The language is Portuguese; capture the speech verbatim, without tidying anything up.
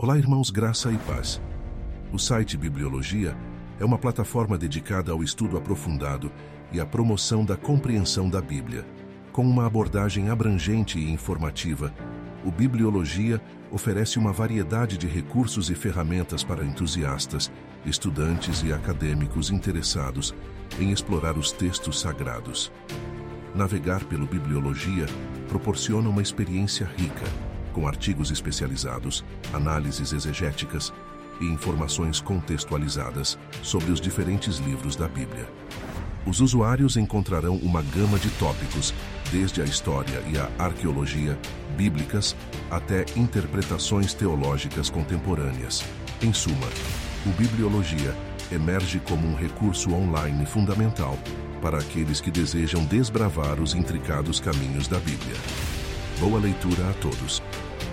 Olá, irmãos, graça e paz. O site Bibliologia é uma plataforma dedicada ao estudo aprofundado e à promoção da compreensão da Bíblia. Com uma abordagem abrangente e informativa, o Bibliologia oferece uma variedade de recursos e ferramentas para entusiastas, estudantes e acadêmicos interessados em explorar os textos sagrados. Navegar pelo Bibliologia proporciona uma experiência rica, com artigos especializados, análises exegéticas e informações contextualizadas sobre os diferentes livros da Bíblia. Os usuários encontrarão uma gama de tópicos, desde a história e a arqueologia bíblicas até interpretações teológicas contemporâneas. Em suma, o Bibliologia emerge como um recurso online fundamental para aqueles que desejam desbravar os intricados caminhos da Bíblia. Boa leitura a todos.